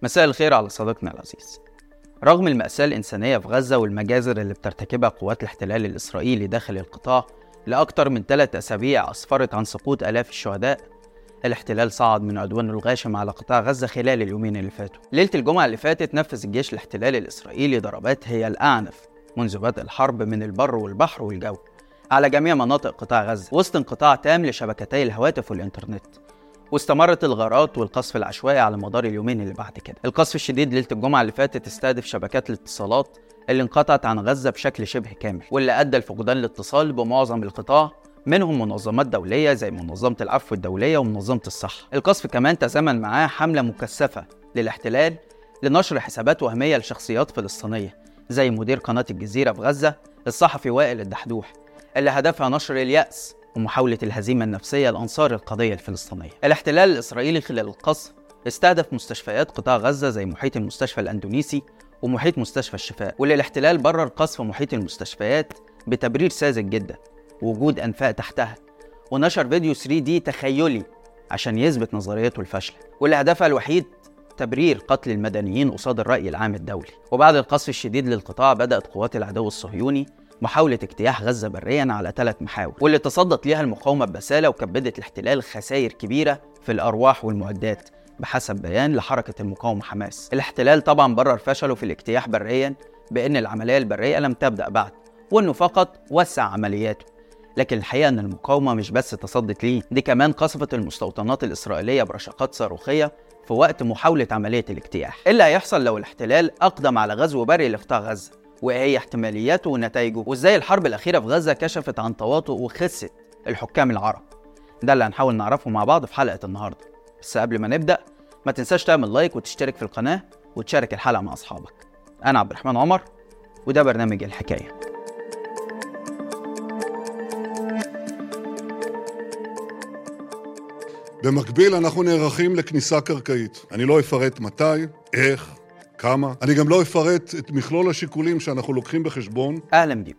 مساء الخير على صديقنا العزيز. رغم المأساة الإنسانية في غزة والمجازر اللي بترتكبها قوات الاحتلال الإسرائيلي داخل القطاع لأكثر من 3 أسابيع أسفرت عن سقوط آلاف الشهداء، الاحتلال صعد من عدوانه الغاشم على قطاع غزة خلال اليومين اللي فاتوا. ليلة الجمعة اللي فاتت نفذ الجيش الاحتلالي الإسرائيلي ضربات هي الأعنف منذ بدء الحرب من البر والبحر والجو على جميع مناطق قطاع غزة، وسط انقطاع تام لشبكتي الهواتف والإنترنت. واستمرت الغارات والقصف العشوائي على مدار اليومين اللي بعد كده. القصف الشديد ليلة الجمعة اللي فاتت استهدف شبكات الاتصالات اللي انقطعت عن غزة بشكل شبه كامل، واللي أدى لفقدان الاتصال بمعظم القطاع، منهم منظمات دولية زي منظمة العفو الدولية ومنظمة الصحة. القصف كمان تزامن معاه حملة مكثفة للاحتلال لنشر حسابات وهمية لشخصيات فلسطينية زي مدير قناة الجزيرة في غزة الصحفي وائل الدحدوح، اللي هدفها نشر اليأس ومحاولة الهزيمة النفسية لأنصار القضية الفلسطينية. الاحتلال الإسرائيلي خلال القصف استهدف مستشفيات قطاع غزة زي محيط المستشفى الأندونيسي ومحيط مستشفى الشفاء، واللي الاحتلال برر قصف محيط المستشفيات بتبرير ساذج جدا ووجود أنفاق تحتها، ونشر فيديو 3D تخيلي عشان يثبت نظريته الفاشلة، واللي هدفها الوحيد تبرير قتل المدنيين قصاد الرأي العام الدولي. وبعد القصف الشديد للقطاع بدأت قوات العدو الصهيوني محاولة اجتياح غزة بريا على 3 محاور، واللي تصدت ليها المقاومة ببسالة وكبدت الاحتلال خسائر كبيرة في الأرواح والمعدات بحسب بيان لحركة المقاومة حماس. الاحتلال طبعا برر فشله في الاجتياح بريا بأن العملية البرية لم تبدأ بعد، وأنه فقط وسع عملياته. لكن الحقيقة أن المقاومة مش بس تصدت ليه، دي كمان قصفت المستوطنات الإسرائيلية برشقات صاروخية في وقت محاولة عملية الاجتياح. إيه اللي هيحصل لو الاحتلال أقدم على غزو بري لقطاع غزة؟ وإيه هي احتمالياته ونتائجه؟ وإزاي الحرب الأخيرة في غزة كشفت عن تواطؤ وخسة الحكام العرب؟ ده اللي هنحاول نعرفه مع بعض في حلقة النهاردة. بس قبل ما نبدأ ما تنساش تعمل لايك وتشترك في القناة وتشارك الحلقة مع أصحابك. أنا عبد الرحمن عمر وده برنامج الحكاية. במקביל אנחנו נערכים לכניסה קרקעית. אני לא אפרט מתי, איך, כמה. אני גם לא אפרט את מכלול השיקולים שאנחנו לוקחים בחשבון. أهلا بيكم.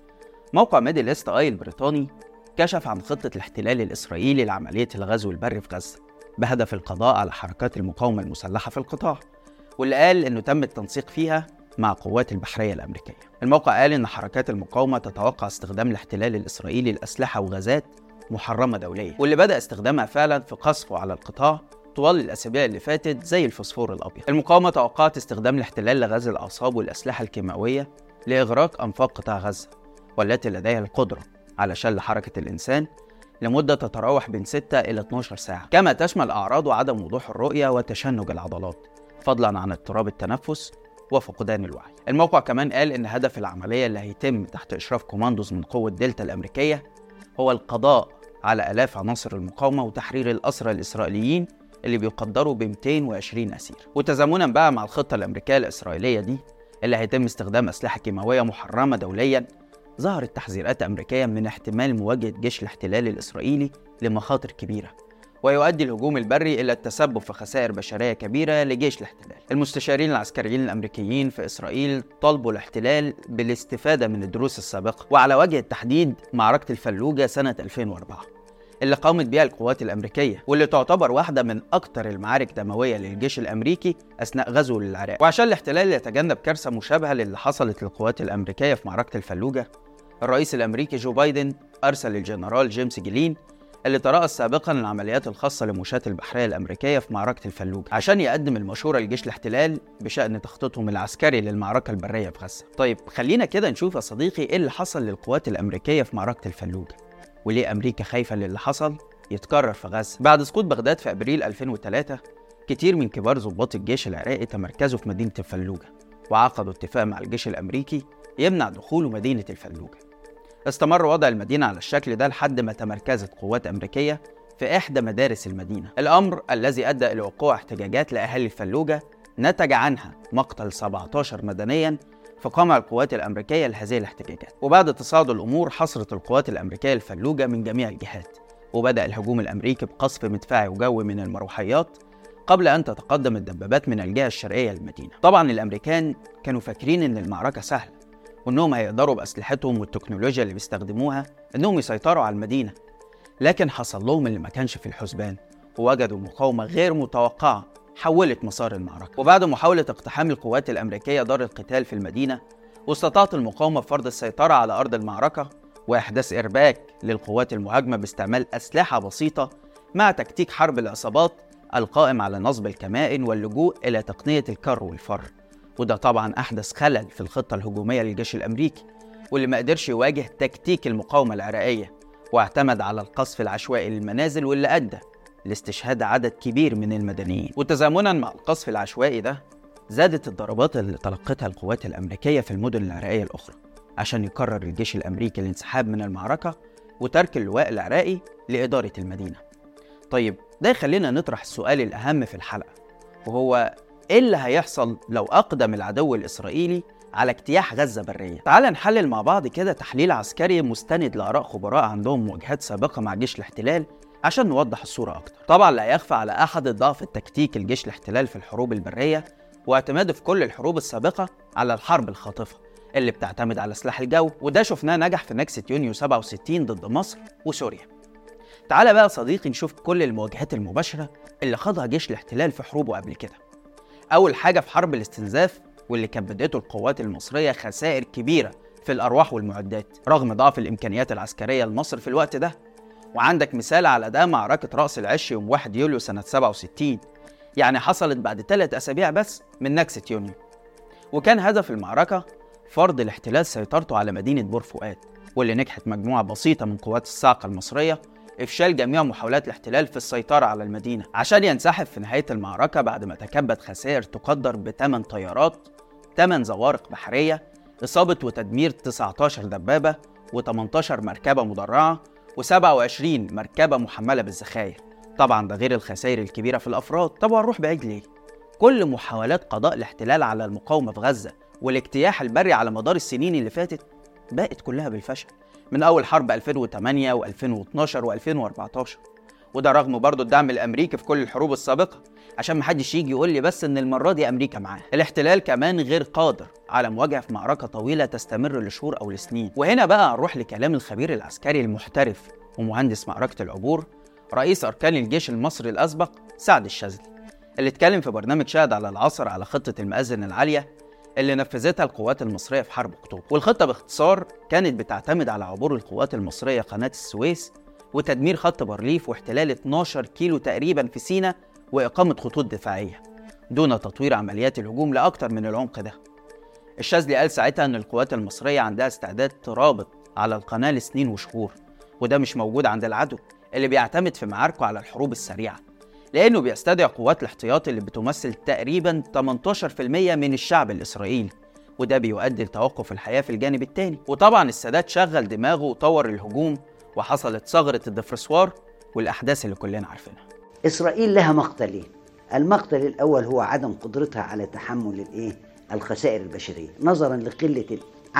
موقع ميدل إيست آي البريطاني كشف عن خطة الاحتلال الإسرائيلي لعملية الغزو البري في غزة بهدف القضاء على حركات المقاومة المسلحة في القطاع، واللي قال إنه تم التنسيق فيها مع قوات البحرية الأمريكية. الموقع قال إن حركات المقاومة تتوقع استخدام الاحتلال الإسرائيلي لأسلحة وغازات محرمة دوليا، واللي بدأ استخدامها فعلا في قصفه على القطاع طوال الأسابيع اللي فاتت زي الفوسفور الأبيض. المقاومة توقعت استخدام الاحتلال لغزو الأعصاب والأسلحة الكيماوية لإغراق أنفاق قطاع غزة، والتي لديها القدرة على شل حركة الإنسان لمدة تتراوح بين 6 إلى 12 ساعة، كما تشمل أعراض وعدم وضوح الرؤية وتشنج العضلات، فضلا عن اضطراب التنفس وفقدان الوعي. الموقع كمان قال إن هدف العملية اللي هيتم تحت إشراف كوماندوز من قوة دلتا الأمريكية هو القضاء على آلاف عناصر المقاومة وتحرير الأسرى الإسرائيليين اللي بيقدروا ب 220 أسير. وتزامنا بقى مع الخطة الأمريكية الإسرائيلية دي اللي هيتم استخدام أسلحة كيماوية محرمة دوليا، ظهرت تحذيرات أمريكية من احتمال مواجهة جيش الاحتلال الإسرائيلي لمخاطر كبيرة، ويؤدي الهجوم البري إلى التسبب في خسائر بشرية كبيرة لجيش الاحتلال. المستشارين العسكريين الأمريكيين في إسرائيل طالبوا الاحتلال بالاستفادة من الدروس السابقة، وعلى وجه التحديد معركة الفلوجة سنة 2004 اللي قامت بها القوات الأمريكية، واللي تعتبر واحدة من أكثر المعارك دموية للجيش الأمريكي أثناء غزوه للعراق. وعشان الاحتلال يتجنب كارثة مشابهة للي حصلت للقوات الأمريكية في معركة الفلوجة، الرئيس الأمريكي جو بايدن أرسل الجنرال جيمس جلين اللي ترأس سابقا العمليات الخاصة لمشاة البحرية الأمريكية في معركة الفلوجة عشان يقدم المشورة لجيش الاحتلال بشأن تخطيطهم العسكري للمعركة البرية في غزة. طيب خلينا كده نشوف يا صديقي إيه اللي حصل للقوات الأمريكية في معركة الفلوجة، وليه أمريكا خايفة للي حصل يتكرر في غزة. بعد سقوط بغداد في أبريل 2003 كتير من كبار ضباط الجيش العراقي تمركزوا في مدينة الفلوجة وعقدوا اتفاق مع الجيش الأمريكي يمنع دخول مدينة الفلوجة. استمر وضع المدينة على الشكل ده لحد ما تمركزت قوات أمريكية في إحدى مدارس المدينة. الأمر الذي أدى إلى وقوع احتجاجات لأهالي الفلوجة نتج عنها مقتل 17 مدنيا في قمع القوات الأمريكية لهذه الاحتجاجات. وبعد تصاعد الأمور حصرت القوات الأمريكية الفلوجة من جميع الجهات، وبدأ الهجوم الأمريكي بقصف مدفعي وجوي من المروحيات قبل أن تتقدم الدبابات من الجهة الشرقية للمدينة. طبعا الأمريكان كانوا فاكرين إن المعركة سهلة وإنهم هيقدروا بأسلحتهم والتكنولوجيا اللي بيستخدموها إنهم يسيطروا على المدينة، لكن حصل لهم اللي ما كانش في الحسبان، ووجدوا مقاومة غير متوقعة حولت مسار المعركة. وبعد محاولة اقتحام القوات الأمريكية دار القتال في المدينة، واستطاعت المقاومة فرض السيطرة على أرض المعركة وإحداث إرباك للقوات المهاجمة باستعمال أسلحة بسيطة مع تكتيك حرب العصابات القائم على نصب الكمائن واللجوء إلى تقنية الكر والفر. وده طبعا أحدث خلل في الخطة الهجومية للجيش الأمريكي، واللي ما قدرش يواجه تكتيك المقاومة العراقية، واعتمد على القصف العشوائي للمنازل، واللي أدى لاستشهاد عدد كبير من المدنيين. وتزامنا مع القصف العشوائي ده، زادت الضربات اللي تلقتها القوات الأمريكية في المدن العراقية الأخرى عشان يقرر الجيش الأمريكي الانسحاب من المعركة وترك اللواء العراقي لإدارة المدينة. طيب ده يخلينا نطرح السؤال الأهم في الحلقة، وهو إيه اللي هيحصل لو أقدم العدو الإسرائيلي على اجتياح غزة برية؟ تعال نحلل مع بعض كده تحليل عسكري مستند لآراء خبراء عندهم مواجهات سابقة مع جيش الاحتلال عشان نوضح الصورة أكتر. طبعا لا يخفى على أحد الضعف التكتيكي الجيش الاحتلال في الحروب البرية، واعتماده في كل الحروب السابقة على الحرب الخاطفة اللي بتعتمد على سلاح الجو، وده شفناه نجح في نكسة يونيو 67 ضد مصر وسوريا. تعال بقى صديقي نشوف كل المواجهات المباشرة اللي خاضها جيش الاحتلال في حروبه قبل كده. أول حاجة في حرب الاستنزاف، واللي كانت بدأته القوات المصرية خسائر كبيرة في الأرواح والمعدات رغم ضعف الإمكانيات العسكرية لمصر في الوقت ده. وعندك مثال على ده معركة رأس العش يوم 1 يوليو سنة 67، يعني حصلت بعد 3 أسابيع بس من نكسة يونيو. وكان هدف المعركة فرض الاحتلال سيطرته على مدينة بور فؤاد، واللي نجحت مجموعة بسيطة من قوات الصاعقة المصرية إفشال جميع محاولات الاحتلال في السيطرة على المدينة عشان ينسحب في نهاية المعركة بعد ما تكبد خسائر تقدر ب8 طيارات، 8 زوارق بحرية، إصابة وتدمير 19 دبابة و18 مركبة مدرعة و27 مركبة محملة بالذخائر. طبعا ده غير الخسائر الكبيرة في الأفراد. طب هنروح بعيد ليه؟ كل محاولات قضاء الاحتلال على المقاومة في غزة والاجتياح البري على مدار السنين اللي فاتت بقت كلها بالفشل، من أول حرب 2008 و2012 و2014. وده رغم برضو الدعم الأمريكي في كل الحروب السابقة، عشان محدش يجي يقول لي بس إن المرة دي أمريكا معاه. الاحتلال كمان غير قادر على مواجهة في معركة طويلة تستمر لشهور أو لسنين. وهنا بقى هنروح لكلام الخبير العسكري المحترف ومهندس معركة العبور، رئيس أركان الجيش المصري الأسبق سعد الشاذلي، اللي اتكلم في برنامج شاهد على العصر على خطة المآذن العالية اللي نفذتها القوات المصرية في حرب أكتوبر. والخطة باختصار كانت بتعتمد على عبور القوات المصرية قناة السويس وتدمير خط بارليف واحتلال 12 كيلو تقريبا في سيناء وإقامة خطوط دفاعية دون تطوير عمليات الهجوم لأكتر من العمق ده. الشاذلي قال ساعتها أن القوات المصرية عندها استعداد ترابط على القناة لسنين وشهور، وده مش موجود عند العدو اللي بيعتمد في معاركه على الحروب السريعة، لأنه بيستدعي قوات الاحتياط اللي بتمثل تقريبا 18% من الشعب الإسرائيلي، وده بيؤدي لتوقف الحياة في الجانب التاني. وطبعا السادات شغل دماغه وطور الهجوم، وحصلت ثغرة الدفرسوار والأحداث اللي كلنا عارفينها. إسرائيل لها مقتلين. المقتل الأول هو عدم قدرتها على تحمل الخسائر البشرية نظرا لقلة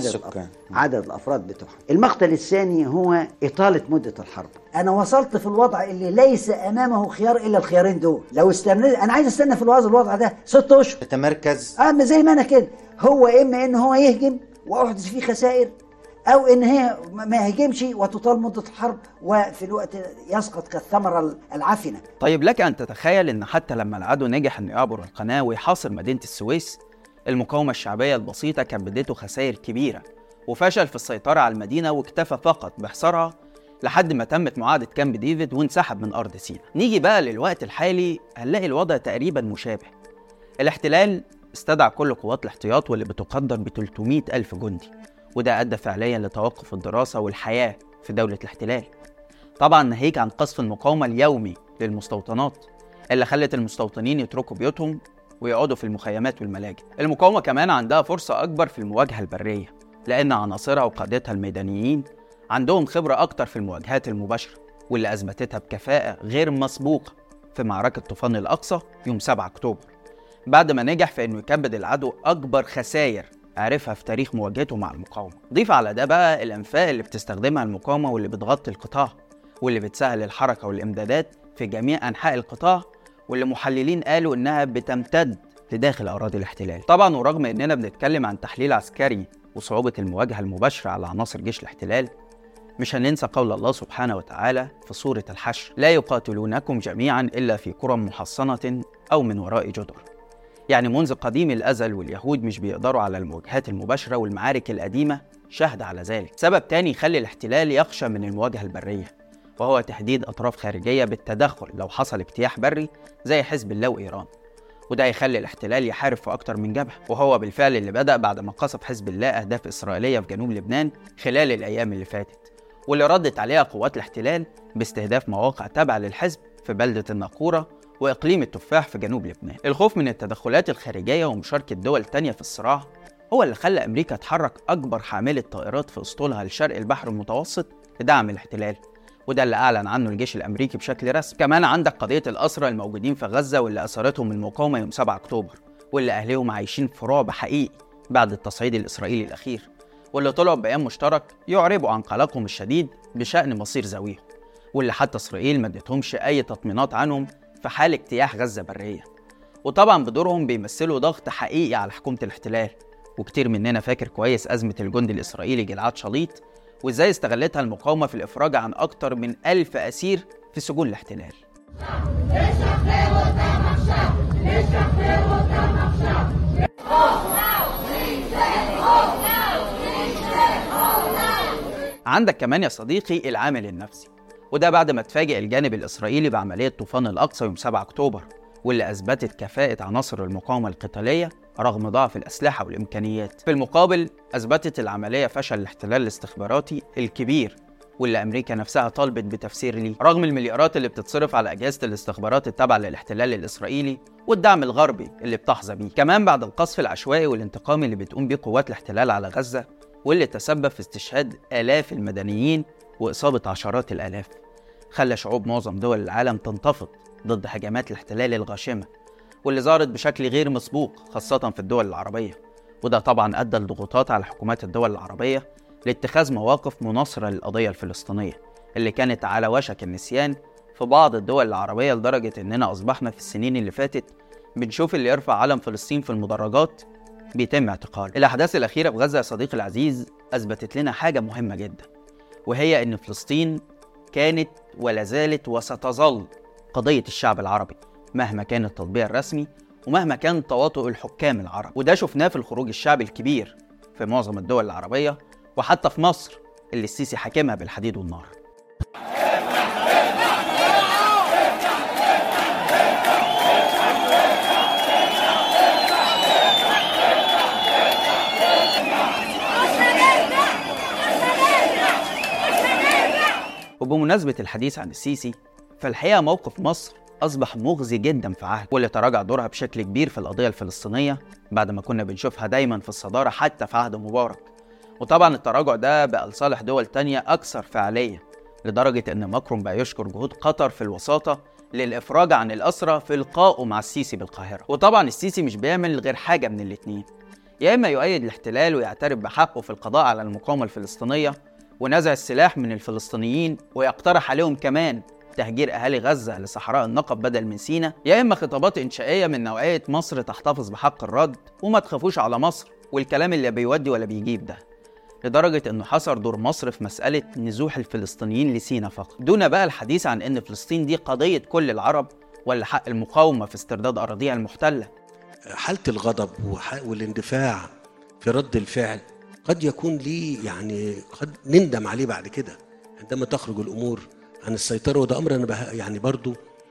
عدد الأفراد بتوعها. المقتل الثاني هو إطالة مدة الحرب. أنا وصلت في الوضع اللي ليس أمامه خيار إلا الخيارين دول. لو استنى أنا عايز استنى في الوضع ده 6 أشهر تتمركز زي ما أنا كده. هو إما إن هو يهجم وأحدث فيه خسائر، أو إن هي ما يهجمش وتطال مدة الحرب وفي الوقت يسقط كالثمرة العفنة. طيب لك أن تتخيل إن حتى لما العدو نجح إنه يعبر القناة ويحاصر مدينة السويس، المقاومة الشعبية البسيطة كان بدته خسائر كبيرة وفشل في السيطرة على المدينة، واكتفى فقط بحصارها لحد ما تمت معاهدة كامب ديفيد وانسحب من أرض سيناء. نيجي بقى للوقت الحالي، هنلاقي الوضع تقريبا مشابه. الاحتلال استدعى كل قوات الاحتياط واللي بتقدر ب 300,000 جندي، وده أدى فعليا لتوقف الدراسة والحياة في دولة الاحتلال. طبعا ناهيك عن قصف المقاومة اليومي للمستوطنات اللي خلت المستوطنين يتركوا بيوتهم ويقعدوا في المخيمات والملاجئ. المقاومة كمان عندها فرصة أكبر في المواجهة البرية، لأن عناصرها وقادتها الميدانيين عندهم خبرة أكتر في المواجهات المباشرة، واللي أثبتتها بكفاءة غير مسبوقة في معركة طوفان الأقصى يوم 7 أكتوبر، بعد ما نجح في أنه يكبد العدو أكبر خسائر عرفها في تاريخ مواجهته مع المقاومة. ضيف على ده بقى الأنفاق اللي بتستخدمها المقاومة واللي بتغطي القطاع، واللي بتسهل الحركة والإمدادات في جميع أنحاء القطاع، واللي محللين قالوا إنها بتمتد لداخل أراضي الاحتلال. طبعا ورغم إننا بنتكلم عن تحليل عسكري وصعوبة المواجهة المباشرة على عناصر جيش الاحتلال، مش هننسى قول الله سبحانه وتعالى في سورة الحشر: لا يقاتلونكم جميعا إلا في قرى محصنة أو من وراء جدر. يعني منذ قديم الأزل واليهود مش بيقدروا على المواجهات المباشرة، والمعارك القديمة شاهدة على ذلك. سبب تاني يخلي الاحتلال يخشى من المواجهة البرية، وهو تهديد أطراف خارجية بالتدخل لو حصل اجتياح بري زي حزب الله وإيران، وده يخلي الاحتلال يحارب في أكتر من جبهة، وهو بالفعل اللي بدأ بعد ما قصف حزب الله أهداف إسرائيلية في جنوب لبنان خلال الأيام اللي فاتت، واللي ردت عليها قوات الاحتلال باستهداف مواقع تابعة للحزب في بلدة الناقورة وإقليم التفاح في جنوب لبنان. الخوف من التدخلات الخارجية ومشاركة دول تانية في الصراع هو اللي خلى أمريكا تحرك أكبر حاملة طائرات في أسطولها لشرق البحر المتوسط لدعم الاحتلال، وده اللي أعلن عنه الجيش الأمريكي بشكل رسمي. كمان عندك قضية الأسرى الموجودين في غزة واللي أسرتهم المقاومة يوم 7 أكتوبر، واللي أهلهم عايشين في رعب حقيقي بعد التصعيد الإسرائيلي الأخير، واللي طلعوا ببيان مشترك يعربوا عن قلقهم الشديد بشأن مصير ذويهم، واللي حتى إسرائيل ما ادتهمش أي تطمينات عنهم في حال اجتياح غزة بريا. وطبعا بدورهم بيمثلوا ضغط حقيقي على حكومة الاحتلال. وكتير مننا فاكر كويس أزمة الجندي الإسرائيلي جلعاد شاليط، وإزاي استغلتها المقاومة في الإفراج عن أكتر من 1000 أسير في سجون الاحتلال. عندك كمان يا صديقي العامل النفسي، وده بعد ما تفاجئ الجانب الإسرائيلي بعملية طوفان الأقصى يوم 7 أكتوبر، واللي أثبتت كفاءة عناصر المقاومة القتالية رغم ضعف الأسلحة والإمكانيات. في المقابل أثبتت العملية فشل الاحتلال الاستخباراتي الكبير، واللي أمريكا نفسها طالبت بتفسير ليه، رغم المليارات اللي بتتصرف على أجهزة الاستخبارات التابعة للاحتلال الإسرائيلي والدعم الغربي اللي بتحظى بيه. كمان بعد القصف العشوائي والانتقامي اللي بتقوم بيه قوات الاحتلال على غزة، واللي تسبب في استشهاد آلاف المدنيين وإصابة عشرات الآلاف، خلى شعوب معظم دول العالم تنتفض ضد هجمات الاحتلال الغاشمة، واللي ظهرت بشكل غير مسبوق خاصة في الدول العربية. وده طبعا أدى لضغوطات على حكومات الدول العربية لاتخاذ مواقف مناصرة للقضية الفلسطينية، اللي كانت على وشك النسيان في بعض الدول العربية، لدرجة إننا أصبحنا في السنين اللي فاتت بنشوف اللي يرفع علم فلسطين في المدرجات بيتم اعتقاله. الأحداث الأخيرة في غزة يا صديقي العزيز أثبتت لنا حاجة مهمة جدا، وهي إن فلسطين كانت ولا زالت وستظل قضية الشعب العربي مهما كان التطبيع الرسمي ومهما كان تواطؤ الحكام العرب. وده شفناه في الخروج الشعبي الكبير في معظم الدول العربية، وحتى في مصر اللي السيسي حاكمها بالحديد والنار. وبمناسبة الحديث عن السيسي، فالحقيقة موقف مصر أصبح مغزي جدا في عهد، واللي تراجع دورها بشكل كبير في القضية الفلسطينية بعد ما كنا بنشوفها دايما في الصدارة حتى في عهد مبارك. وطبعا التراجع ده بقى لصالح دول تانية أكثر فعالية، لدرجة إن ماكرون بقى يشكر جهود قطر في الوساطة للإفراج عن الأسرى في لقائه مع السيسي بالقاهرة. وطبعا السيسي مش بيعمل غير حاجة من الاتنين: يا إما يؤيد الاحتلال ويعترف بحقه في القضاء على المقاومة الفلسطينية ونزع السلاح من الفلسطينيين، ويقترح عليهم كمان تهجير أهالي غزة لصحراء النقب بدل من سيناء، يا إما خطابات إنشائية من نوعية مصر تحتفظ بحق الرد وما تخافوش على مصر والكلام اللي بيودي ولا بيجيب ده، لدرجة إنه حصر دور مصر في مسألة نزوح الفلسطينيين لسيناء فقط، دون بقى الحديث عن إن فلسطين دي قضية كل العرب ولا حق المقاومة في استرداد أراضيها المحتلة. حالة الغضب والاندفاع في رد الفعل قد يكون ليه يعني قد نندم عليه بعد كده عندما تخرج الأمور عن السيطرة، وده أمر أنا يعني برضو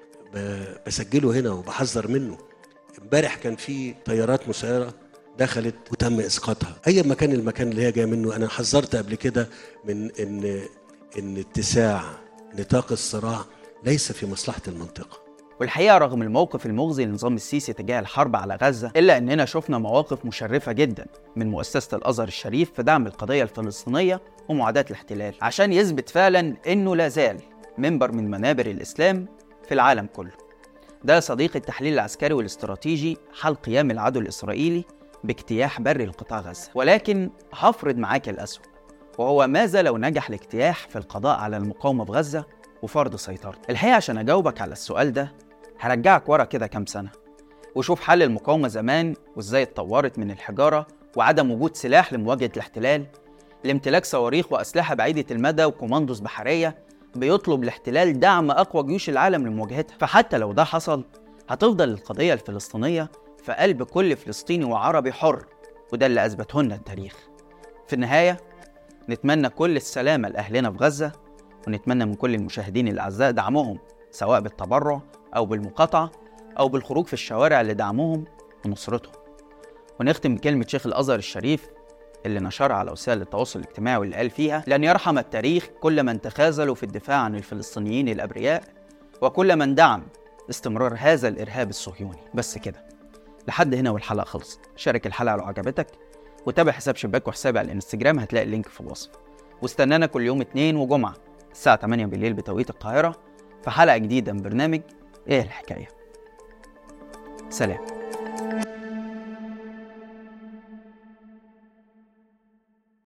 بسجله هنا وبحذر منه. امبارح كان في طيارات مسيرة دخلت وتم إسقاطها أي مكان، المكان اللي هي جاية منه. أنا حذرت قبل كده من إن اتساع نطاق الصراع ليس في مصلحة المنطقة. والحقيقة رغم الموقف المغزي لنظام السيسي تجاه الحرب على غزة، إلا أننا شفنا مواقف مشرفة جدا من مؤسسة الأزهر الشريف في دعم القضية الفلسطينية ومعاداة الاحتلال، عشان يثبت فعلا أنه لا زال منبر من منابر الإسلام في العالم كله. ده صديق التحليل العسكري والاستراتيجي حال قيام العدو الإسرائيلي باجتياح بري لقطاع غزة. ولكن هفرض معاك الأسوأ، وهو ماذا لو نجح الاجتياح في القضاء على المقاومة في غزة وفرض سيطرته؟ الحقيقة عشان أجاوبك على السؤال ده هرجعك ورا كده كام سنة وشوف حل المقاومة زمان وإزاي اتطورت من الحجارة وعدم وجود سلاح لمواجهة الاحتلال لامتلاك صواريخ وأسلحة بعيدة المدى وكوماندوز بحرية بيطلب الاحتلال دعم أقوى جيوش العالم لمواجهتها. فحتى لو ده حصل هتفضل القضية الفلسطينية في قلب كل فلسطيني وعربي حر، وده اللي أثبته لنا التاريخ. في النهاية نتمنى كل السلامة لأهلنا في غزة، ونتمنى من كل المشاهدين الأعزاء دعمهم سواء بالتبرع أو بالمقاطعة أو بالخروج في الشوارع لدعمهم ونصرتهم. ونختم بكلمة شيخ الأزهر الشريف اللي نشرها على وسائل التواصل الاجتماعي، واللي قال فيها: لن يرحم التاريخ كل من تخاذلوا في الدفاع عن الفلسطينيين الأبرياء وكل من دعم استمرار هذا الإرهاب الصهيوني. بس كده، لحد هنا والحلقة خلصت. شارك الحلقة لو عجبتك، وتابع حساب شباك وحسابي على الانستجرام، هتلاقي اللينك في الوصف. واستنانا كل يوم اثنين وجمعة الساعة 8 بالليل بتوقيت القاهرة في حلقة جديدة من برنامج إيه الحكاية. سلام.